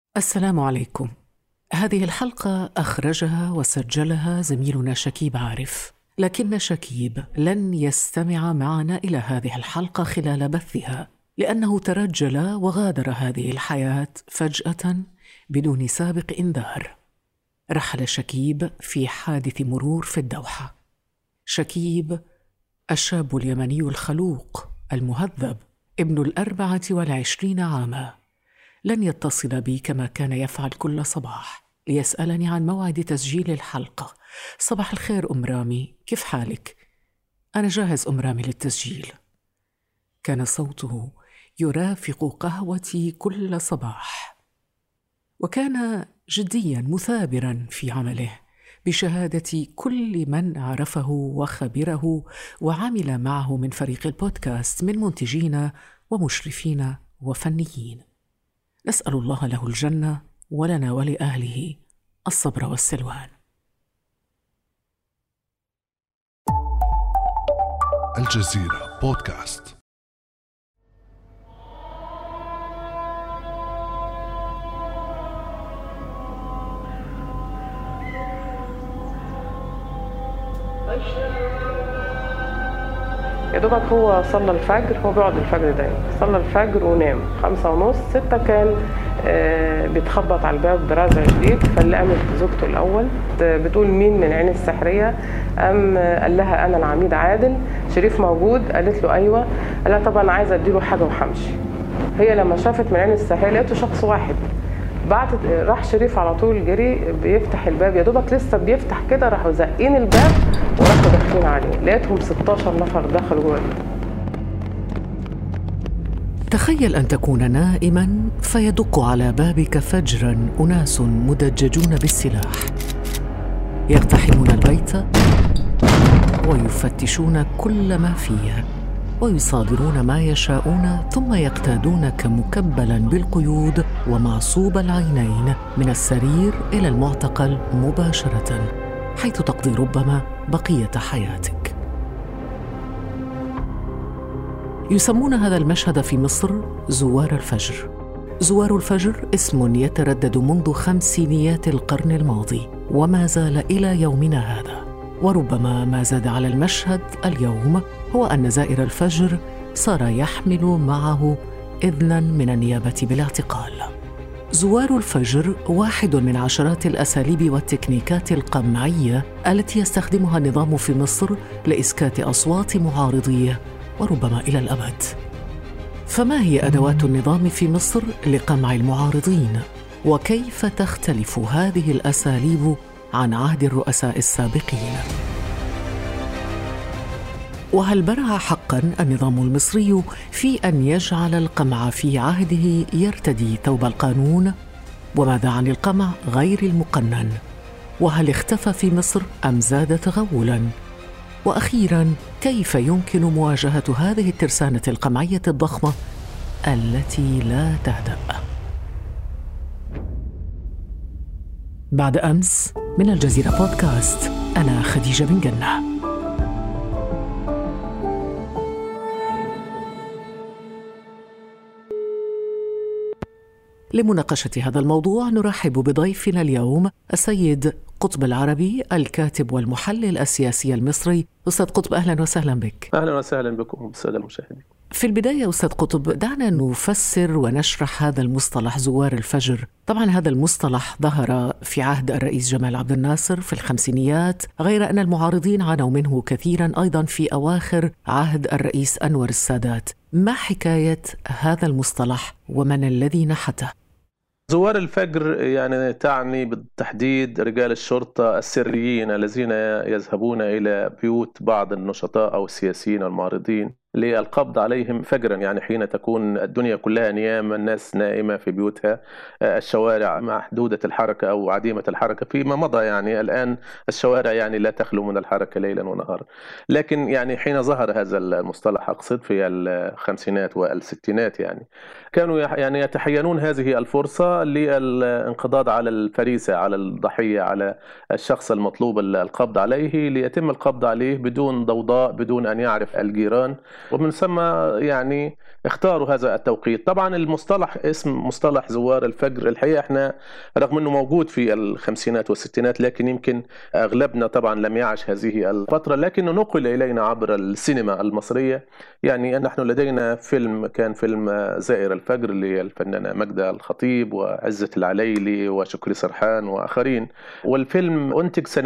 السلام عليكم. هذه الحلقة أخرجها وسجلها زميلنا شكيب عارف، لكن شكيب لن يستمع معنا إلى هذه الحلقة خلال بثها، لأنه ترجل وغادر هذه الحياة فجأة بدون سابق إنذار. رحل شكيب في حادث مرور في الدوحة. شكيب الشاب اليمني الخلوق المهذب ابن 24 عاما لن يتصل بي كما كان يفعل كل صباح ليسألني عن موعد تسجيل الحلقة. صباح الخير أم رامي، كيف حالك؟ أنا جاهز أم رامي للتسجيل. كان صوته يرافق قهوتي كل صباح، وكان جدياً مثابراً في عمله بشهادة كل من عرفه وخبره وعمل معه من فريق البودكاست من منتجين ومشرفين وفنيين. نسأل الله له الجنة ولنا ولأهله الصبر والسلوان. الجزيرة بودكاست. يا دوبك هو صلى الفجر، هو بيقعد الفجر دايما، صلى الفجر ونام 5:30 6 كان بيتخبط على الباب برزع شديد. فاللي قامت زوجته الاول بتقول مين من عين السحريه، قام قال لها انا العميد عادل، شريف موجود؟ قالت له ايوه. قال لها طبعا عايزه اديله حاجه وحمشي. هي لما شافت من عين السحريه لقيته شخص واحد. راح شريف على طول جري بيفتح الباب، يا دوبك لسه بيفتح كده راحوا زقين الباب وراحوا داخلين عليه. لقيتهم 16 نفر دخلوا جوه. تخيل أن تكون نائماً فيدق على بابك فجراً أناس مدججون بالسلاح، يقتحمون البيت ويفتشون كل ما فيه ويصادرون ما يشاءون، ثم يقتادونك مكبلاً بالقيود ومعصوب العينين من السرير إلى المعتقل مباشرة، حيث تقضي ربما بقية حياتك. يسمون هذا المشهد في مصر زوار الفجر. زوار الفجر اسم يتردد منذ خمسينيات القرن الماضي وما زال إلى يومنا هذا. وربما ما زاد على المشهد اليوم هو أن زائر الفجر صار يحمل معه إذناً من النيابة بالاعتقال. زوار الفجر واحد من عشرات الأساليب والتكنيكات القمعية التي يستخدمها النظام في مصر لإسكات أصوات معارضيه وربما إلى الأبد. فما هي أدوات النظام في مصر لقمع المعارضين؟ وكيف تختلف هذه الأساليب عن عهد الرؤساء السابقين؟ وهل برع حقاً النظام المصري في أن يجعل القمع في عهده يرتدي ثوب القانون؟ وماذا عن القمع غير المقنن؟ وهل اختفى في مصر أم زاد تغولاً؟ وأخيراً، كيف يمكن مواجهة هذه الترسانة القمعية الضخمة التي لا تهدأ؟ بعد أمس من الجزيرة بودكاست، أنا خديجة بن جنة. لمناقشة هذا الموضوع نرحب بضيفنا اليوم السيد قطب العربي، الكاتب والمحلل السياسي المصري. أستاذ قطب، أهلا وسهلا بك. أهلا وسهلا بكم بالسادة المشاهدين. في البداية أستاذ قطب، دعنا نفسر ونشرح هذا المصطلح زوار الفجر. طبعا هذا المصطلح ظهر في عهد الرئيس جمال عبد الناصر في الخمسينيات، غير أن المعارضين عانوا منه كثيرا أيضا في أواخر عهد الرئيس أنور السادات. ما حكاية هذا المصطلح ومن الذي نحته؟ زوار الفجر يعني تعني بالتحديد رجال الشرطة السريين الذين يذهبون إلى بيوت بعض النشطاء أو السياسيين المعارضين للقبض عليهم فجرا، يعني حين تكون الدنيا كلها نيام، الناس نائمة في بيوتها، الشوارع محدودة الحركة أو عديمة الحركة فيما مضى. يعني الآن الشوارع يعني لا تخلو من الحركة ليلا ونهارا، لكن يعني حين ظهر هذا المصطلح أقصد في الخمسينات والستينات يعني كانوا يعني يتحينون هذه الفرصة للانقضاض على الفريسة، على الضحية، على الشخص المطلوب القبض عليه، ليتم القبض عليه بدون ضوضاء، بدون أن يعرف الجيران، ومن ثم يعني اختاروا هذا التوقيت. طبعا المصطلح اسم مصطلح زوار الفجر الحقيقة احنا رغم انه موجود في الخمسينات والستينات لكن يمكن اغلبنا طبعا لم يعش هذه الفترة، لكنه نقل الينا عبر السينما المصرية. يعني نحن لدينا فيلم كان فيلم زائر الفجر للفنانة ماجدة الخطيب وعزة العليلي وشكري سرحان وآخرين، والفيلم أنتج سنة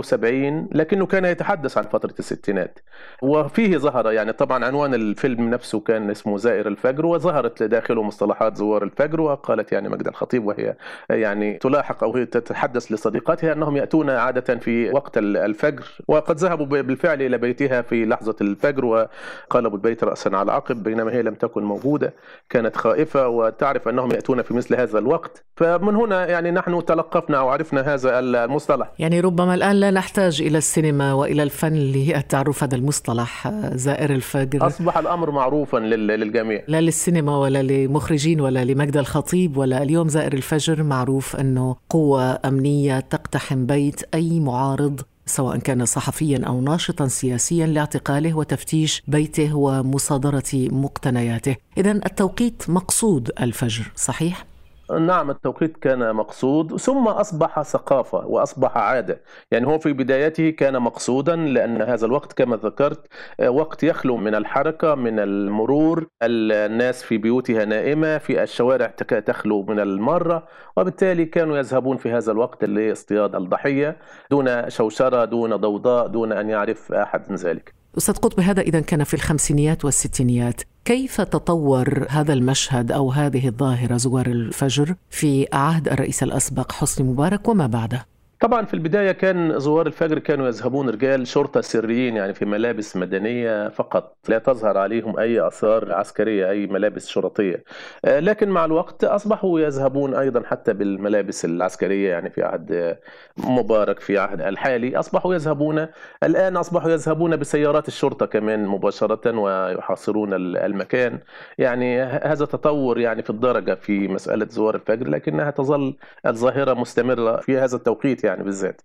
73 لكنه كان يتحدث عن فترة الستينات، وفيه ظهر يعني طبعا عنوان الفيلم نفسه كان اسمه زائر الفجر، وظهرت داخله مصطلحات زوار الفجر. وقالت يعني ماجدة الخطيب وهي يعني تلاحق أو هي تتحدث لصديقاتها أنهم يأتون عادة في وقت الفجر، وقد ذهبوا بالفعل إلى بيتها في لحظة الفجر وقلبوا البيت رأسا على عقب، بينما هي لم تكن موجودة، كانت خائفة وتعرف أنهم يأتون في مثل هذا الوقت. فمن هنا يعني نحن تلقفنا وعرفنا هذا المصطلح. يعني ربما الآن لا نحتاج إلى السينما وإلى الفن للتعرف هذا المصطلح زائر الفجر، أصبح الأمر معروفا للجميع، لا للسينما ولا لمخرجين ولا لمجد الخطيب ولا. اليوم زائر الفجر معروف أنه قوة أمنية تقتحم بيت أي معارض سواء كان صحفيا أو ناشطا سياسيا لاعتقاله وتفتيش بيته ومصادرة مقتنياته. إذن التوقيت مقصود الفجر، صحيح؟ نعم التوقيت كان مقصود ثم أصبح ثقافة وأصبح عادة. يعني هو في بدايته كان مقصودا لأن هذا الوقت كما ذكرت وقت يخلو من الحركة من المرور، الناس في بيوتها نائمة، في الشوارع تخلو من المرة، وبالتالي كانوا يذهبون في هذا الوقت لاصطياد الضحية دون شوشرة دون ضوضاء دون أن يعرف أحد من ذلك. أستاذ قطب، هذا إذن كان في الخمسينيات والستينيات. كيف تطور هذا المشهد أو هذه الظاهرة زوار الفجر في عهد الرئيس الأسبق حسني مبارك وما بعده؟ طبعا في البداية كان زوار الفجر كانوا يذهبون رجال شرطة سريين يعني في ملابس مدنية فقط، لا تظهر عليهم أي آثار عسكرية أي ملابس شرطية، لكن مع الوقت أصبحوا يذهبون أيضا حتى بالملابس العسكرية. يعني في عهد مبارك في عهد الحالي أصبحوا يذهبون، الآن أصبحوا يذهبون بسيارات الشرطة كمان مباشرة ويحاصرون المكان. يعني هذا تطور يعني في الدرجة في مسألة زوار الفجر، لكنها تظل الظاهرة مستمرة في هذا التوقيت يعني بالذات.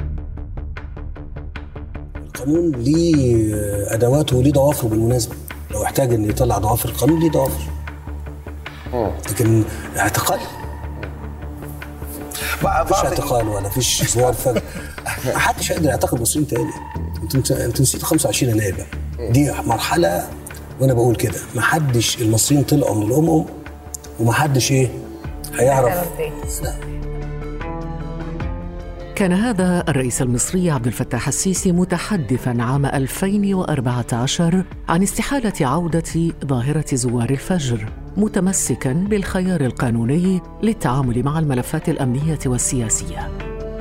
القانون ليه أدواته وليه ضوافره بالمناسبة، لو احتاج أن يطلع ضوافر القانون ليه ضوافر، لكن اعتقال مفيش اعتقال ولا فيش زوار فجر. محدش يقدر يعتقل مصريين تاني. انتوا نسيتوا 25 يناير دي مرحلة، وانا بقول كده محدش المصريين طلعوا من الأمم ومحدش هيعرف. كان هذا الرئيس المصري عبد الفتاح السيسي متحدثاً عام 2014 عن استحالة عودة ظاهرة زوار الفجر، متمسكاً بالخيار القانوني للتعامل مع الملفات الأمنية والسياسية.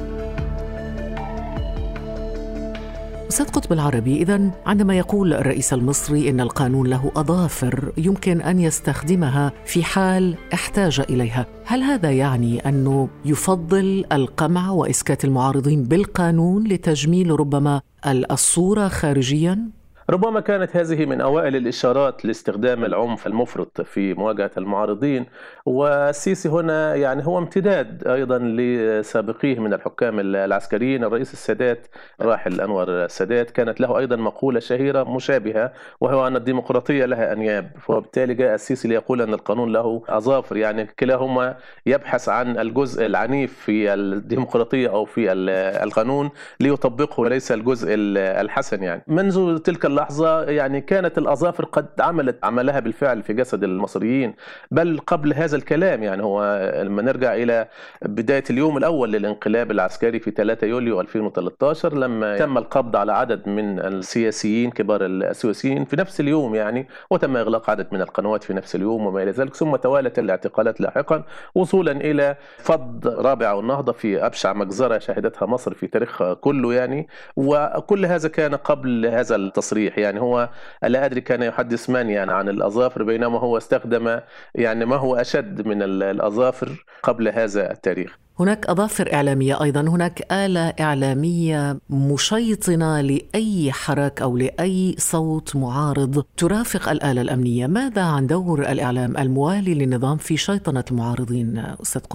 أستاذ قطب العربي، إذن عندما يقول الرئيس المصري إن القانون له أظافر يمكن أن يستخدمها في حال احتاج إليها، هل هذا يعني أنه يفضل القمع وإسكات المعارضين بالقانون لتجميل ربما الصورة خارجياً؟ ربما كانت هذه من أوائل الإشارات لاستخدام العنف المفرط في مواجهة المعارضين، والسيسي هنا يعني هو امتداد أيضا لسابقيه من الحكام العسكريين. الرئيس السادات راحل أنور السادات كانت له أيضا مقولة شهيرة مشابهة، وهو أن الديمقراطية لها أنياب، وبالتالي جاء السيسي ليقول أن القانون له أظافر. يعني كلاهما يبحث عن الجزء العنيف في الديمقراطية أو في القانون ليطبقه وليس الجزء الحسن. يعني منذ تلك اللحظة يعني كانت الأظافر قد عملها بالفعل في جسد المصريين، بل قبل هذا الكلام. يعني هو لما نرجع إلى بداية اليوم الأول للانقلاب العسكري في 3 يوليو 2013 لما تم القبض على عدد من السياسيين كبار السياسيين في نفس اليوم يعني، وتم إغلاق عدد من القنوات في نفس اليوم وما إلى ذلك، ثم توالت الاعتقالات لاحقا وصولا إلى فض رابعة والنهضة في أبشع مجزرة شهدتها مصر في تاريخها كله يعني. وكل هذا كان قبل هذا التصريح. يعني هو لا أدري كان يحدث من يعني عن الأظافر، بينما هو استخدم يعني ما هو أشد من الأظافر قبل هذا التاريخ. هناك أظافر إعلامية أيضا، هناك آلة إعلامية مشيطنة لأي حراك أو لأي صوت معارض ترافق الآلة الأمنية. ماذا عن دور الإعلام الموالي للنظام في شيطنة المعارضين أستاذ قطب؟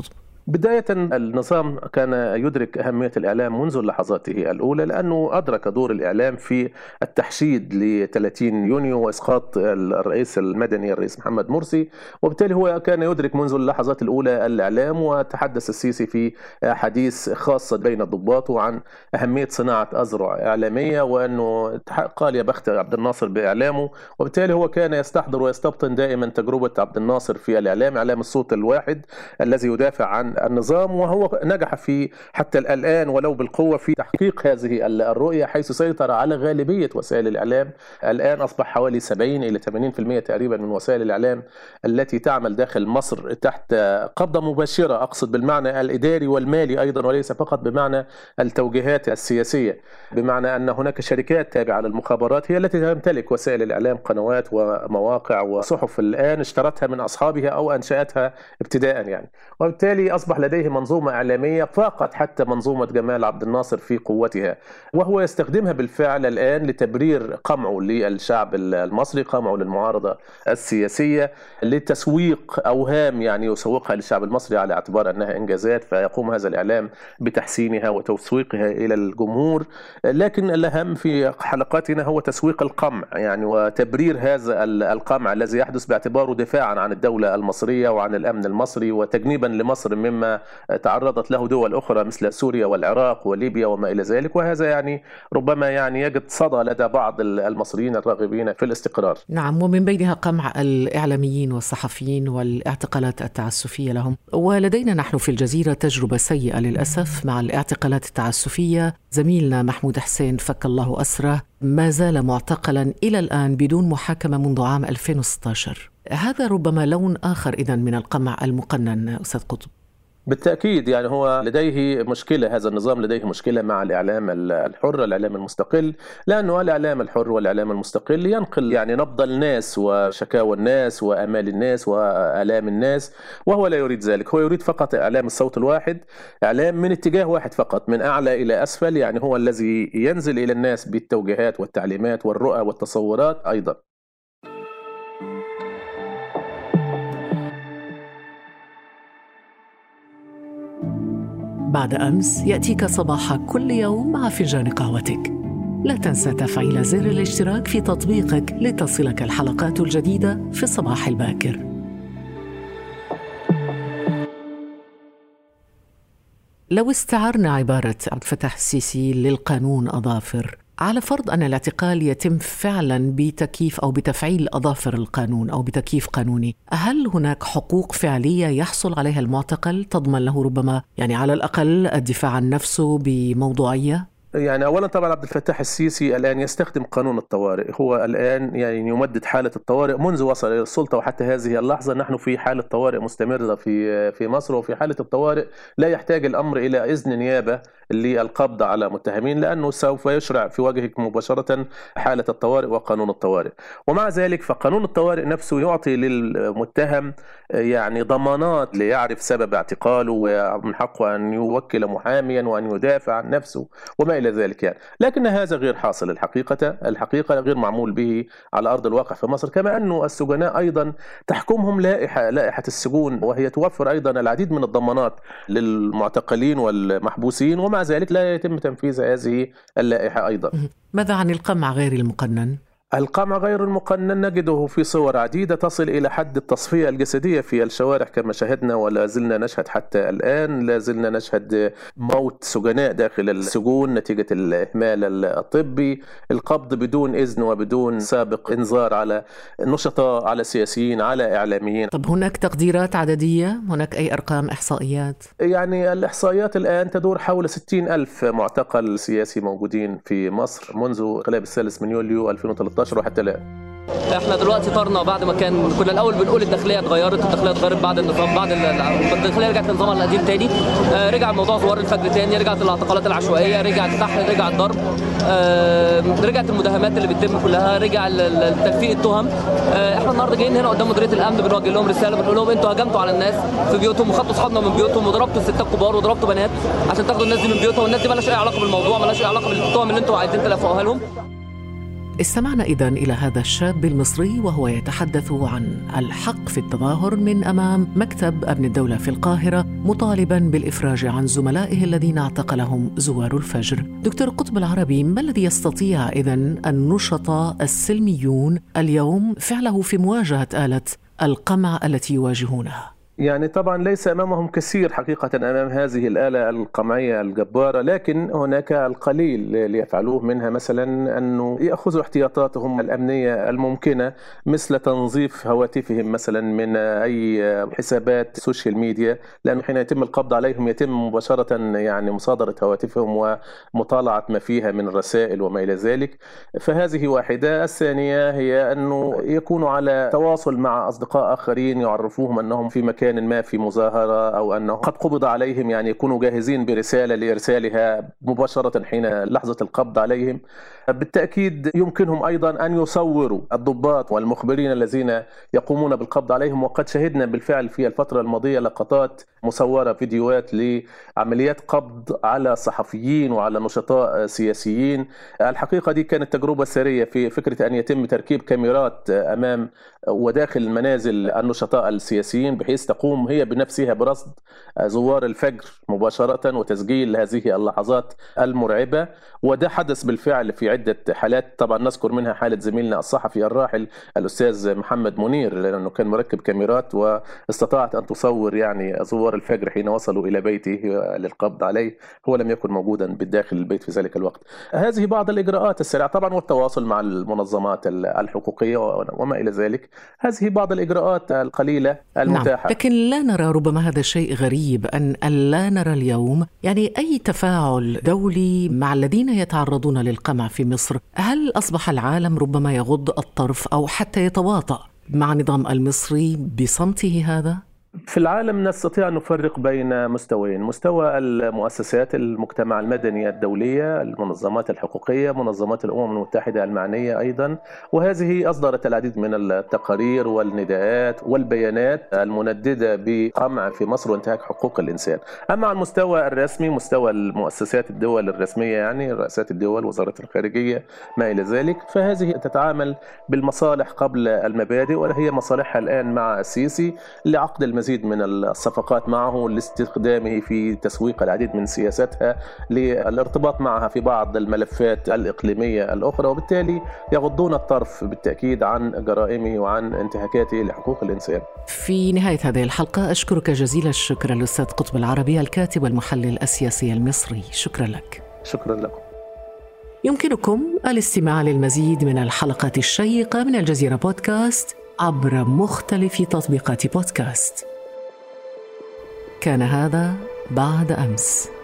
بداية النظام كان يدرك أهمية الإعلام منذ لحظاته الأولى، لأنه أدرك دور الإعلام في التحشيد ل 30 يونيو وإسقاط الرئيس المدني الرئيس محمد مرسي، وبالتالي هو كان يدرك منذ اللحظات الأولى الإعلام. وتحدث السيسي في حديث خاص بين الضباط عن أهمية صناعة أذرع إعلامية، وأنه قال يا بخت عبد الناصر بإعلامه. وبالتالي هو كان يستحضر ويستبطن دائما تجربة عبد الناصر في الإعلام، إعلام الصوت الواحد الذي يدافع عن النظام، وهو نجح في حتى الآن ولو بالقوة في تحقيق هذه الرؤية، حيث سيطر على غالبية وسائل الإعلام. الآن أصبح حوالي 70 إلى 80% تقريبا من وسائل الإعلام التي تعمل داخل مصر تحت قبضة مباشرة، أقصد بالمعنى الإداري والمالي أيضا، وليس فقط بمعنى التوجيهات السياسية، بمعنى أن هناك شركات تابعة للمخابرات هي التي تمتلك وسائل الإعلام، قنوات ومواقع وصحف الآن اشترتها من أصحابها أو أنشأتها ابتداء يعني. وبالتالي أصبح لديه منظومة إعلامية فاقت حتى منظومة جمال عبد الناصر في قوتها، وهو يستخدمها بالفعل الآن لتبرير قمعه للشعب المصري، قمعه للمعارضة السياسية، لتسويق أوهام يعني يسوقها للشعب المصري على اعتبار أنها إنجازات، فيقوم هذا الإعلام بتحسينها وتسويقها إلى الجمهور. لكن الأهم في حلقاتنا هو تسويق القمع يعني، وتبرير هذا القمع الذي يحدث باعتباره دفاعا عن الدولة المصرية وعن الأمن المصري، وتجنيبا لمصر مما تعرضت له دول أخرى مثل سوريا والعراق وليبيا وما إلى ذلك. وهذا يعني ربما يعني يجد صدى لدى بعض المصريين الراغبين في الاستقرار. نعم، ومن بينها قمع الإعلاميين والصحفيين والاعتقالات التعسفية لهم. ولدينا نحن في الجزيرة تجربة سيئة للأسف مع الاعتقالات التعسفية. زميلنا محمود حسين فك الله أسره ما زال معتقلا إلى الآن بدون محاكمة منذ عام 2016. هذا ربما لون آخر إذن من القمع المقنن أستاذ قطب. بالتأكيد يعني هو لديه مشكلة، هذا النظام لديه مشكلة مع الإعلام الحر، الإعلام المستقل، لأنه الإعلام الحر والإعلام المستقل ينقل يعني نبض الناس وشكاوى الناس وآمال الناس وآلام الناس، وهو لا يريد ذلك. هو يريد فقط إعلام الصوت الواحد، إعلام من اتجاه واحد فقط، من أعلى إلى أسفل، يعني هو الذي ينزل إلى الناس بالتوجيهات والتعليمات والرؤى والتصورات أيضا. بعد أمس يأتيك صباح كل يوم مع فنجان قهوتك. لا تنسى تفعيل زر الاشتراك في تطبيقك لتصلك الحلقات الجديدة في الصباح الباكر. لو استعرنا عبارة عبد الفتاح السيسي للقانون أظافر، على فرض أن الاعتقال يتم فعلا بتكييف أو بتفعيل أظافر القانون أو بتكييف قانوني، هل هناك حقوق فعلية يحصل عليها المعتقل تضمن له ربما يعني على الأقل الدفاع عن نفسه بموضوعية؟ يعني أولا طبعا عبد الفتاح السيسي الآن يستخدم قانون الطوارئ، هو الآن يعني يمدد حالة الطوارئ منذ وصل إلى السلطة، وحتى هذه اللحظة نحن في حالة طوارئ مستمرة في مصر. وفي حالة الطوارئ لا يحتاج الأمر إلى إذن نيابة للقبض على متهمين، لأنه سوف يشرع في وجهك مباشرة حالة الطوارئ وقانون الطوارئ. ومع ذلك فقانون الطوارئ نفسه يعطي للمتهم يعني ضمانات ليعرف سبب اعتقاله، ومن حقه أن يوكل محاميا وأن يدافع عن نفسه وما إلى ذلك يعني. لكن هذا غير حاصل، الحقيقة غير معمول به على أرض الواقع في مصر. كما أنه السجناء أيضا تحكمهم لائحة السجون، وهي توفر أيضا العديد من الضمانات للمعتقلين والمحبوسين، ومع ذلك لا يتم تنفيذ هذه اللائحة أيضا. ماذا عن القمع غير المقنن؟ القمع غير المقنن نجده في صور عديدة تصل إلى حد التصفية الجسدية في الشوارع كما شاهدنا، ولا زلنا نشهد حتى الآن، لا زلنا نشهد موت سجناء داخل السجون نتيجة الإهمال الطبي، القبض بدون إذن وبدون سابق إنذار على نشطاء، على سياسيين، على إعلاميين. طب هناك تقديرات عددية؟ هناك أي أرقام إحصائيات؟ يعني الإحصائيات الآن تدور حول 60,000 معتقل سياسي موجودين في مصر منذ انقلاب الثالث من يوليو 2013 وحتى الآن. احنا دلوقتي طرنا بعد ما كنا الاول بنقول الداخليه اتغيرت، بعد النظام، بعد الداخليه رجعت لنظامها القديم تاني، رجع موضوع ثوار الفجر تاني، رجعت الاعتقالات العشوائيه، رجع السحل، رجع الضرب، رجعت المداهمات اللي بتتم كلها، رجع تلفيق التهم. احنا النهارده جايين هنا قدام مديريه الامن بنوجه لهم رساله، بنقول لهم انتوا هجمتوا على الناس في بيوتهم وخدتوا اصحابنا من بيوتهم وضربتوا الستات كبار وضربتوا بنات عشان تاخدوا الناس دي من بيوتها، والناس دي مالهاش اي علاقه بالموضوع، مالهاش اي علاقه بالتهم اللي انتوا عايزين تلفقوها لهم. استمعنا إذن إلى هذا الشاب المصري وهو يتحدث عن الحق في التظاهر من أمام مكتب أمن الدولة في القاهرة، مطالباً بالإفراج عن زملائه الذين اعتقلهم زوار الفجر. دكتور قطب العربي، ما الذي يستطيع إذن النشطاء السلميون اليوم فعله في مواجهة آلة القمع التي يواجهونها؟ يعني طبعا ليس أمامهم كثير حقيقة أمام هذه الآلة القمعية الجبارة، لكن هناك القليل ليفعلوه، منها مثلا أنه يأخذوا احتياطاتهم الأمنية الممكنة، مثل تنظيف هواتفهم مثلا من أي حسابات سوشيال ميديا، لأنه حين يتم القبض عليهم يتم مباشرة يعني مصادرة هواتفهم ومطالعة ما فيها من رسائل وما إلى ذلك. فهذه واحدة. الثانية هي أنه يكونوا على تواصل مع أصدقاء آخرين يعرفوهم أنهم في مكان ما في مظاهرة أو أنه قد قبض عليهم، يعني يكونوا جاهزين برسالة لإرسالها مباشرة حين لحظة القبض عليهم. بالتأكيد يمكنهم أيضا أن يصوروا الضباط والمخبرين الذين يقومون بالقبض عليهم، وقد شهدنا بالفعل في الفترة الماضية لقطات مصورة، فيديوهات لعمليات قبض على صحفيين وعلى نشطاء سياسيين. الحقيقة دي كانت تجربة سرية في فكرة أن يتم تركيب كاميرات أمام وداخل منازل النشطاء السياسيين، بحيث تقوم هي بنفسها برصد زوار الفجر مباشرة وتسجيل هذه اللحظات المرعبة. وده حدث بالفعل في عدة حالات، طبعا نذكر منها حالة زميلنا الصحفي الراحل الأستاذ محمد منير، لأنه كان مركب كاميرات واستطاعت أن تصور يعني زوار الفجر حين وصلوا إلى بيته للقبض عليه. هو لم يكن موجودا بالداخل البيت في ذلك الوقت. هذه بعض الإجراءات السريعة طبعا، والتواصل مع المنظمات الحقوقية وما إلى ذلك. هذه بعض الإجراءات القليلة المتاحة. نعم. لكن لا نرى، ربما هذا شيء غريب أن لا نرى اليوم يعني أي تفاعل دولي مع الذين يتعرضون للقمع في مصر. هل أصبح العالم ربما يغض الطرف أو حتى يتواطأ مع النظام المصري بصمته هذا؟ في العالم نستطيع أن نفرق بين مستويين: مستوى المؤسسات المجتمع المدني الدولية، المنظمات الحقوقية، منظمات الأمم المتحدة المعنية أيضا، وهذه أصدرت العديد من التقارير والنداءات والبيانات المنددة بقمع في مصر وانتهاك حقوق الإنسان. أما على المستوى الرسمي، مستوى المؤسسات الدول الرسمية، يعني رئاسات الدول، وزارة الخارجية، ما إلى ذلك، فهذه تتعامل بالمصالح قبل المبادئ، وهي مصالحها الآن مع السيسي لعقد المزيد من الصفقات معه، لاستخدامه في تسويق العديد من سياساتها، للارتباط معها في بعض الملفات الإقليمية الأخرى، وبالتالي يغضون الطرف بالتأكيد عن جرائمه وعن انتهاكاته لحقوق الإنسان. في نهاية هذه الحلقة أشكرك جزيل الشكر الأستاذ قطب العربي، الكاتب والمحلل السياسي المصري. شكرا لك. شكرا لكم. يمكنكم الاستماع للمزيد من الحلقات الشيقة من الجزيرة بودكاست عبر مختلف تطبيقات بودكاست. كان هذا بعد أمس.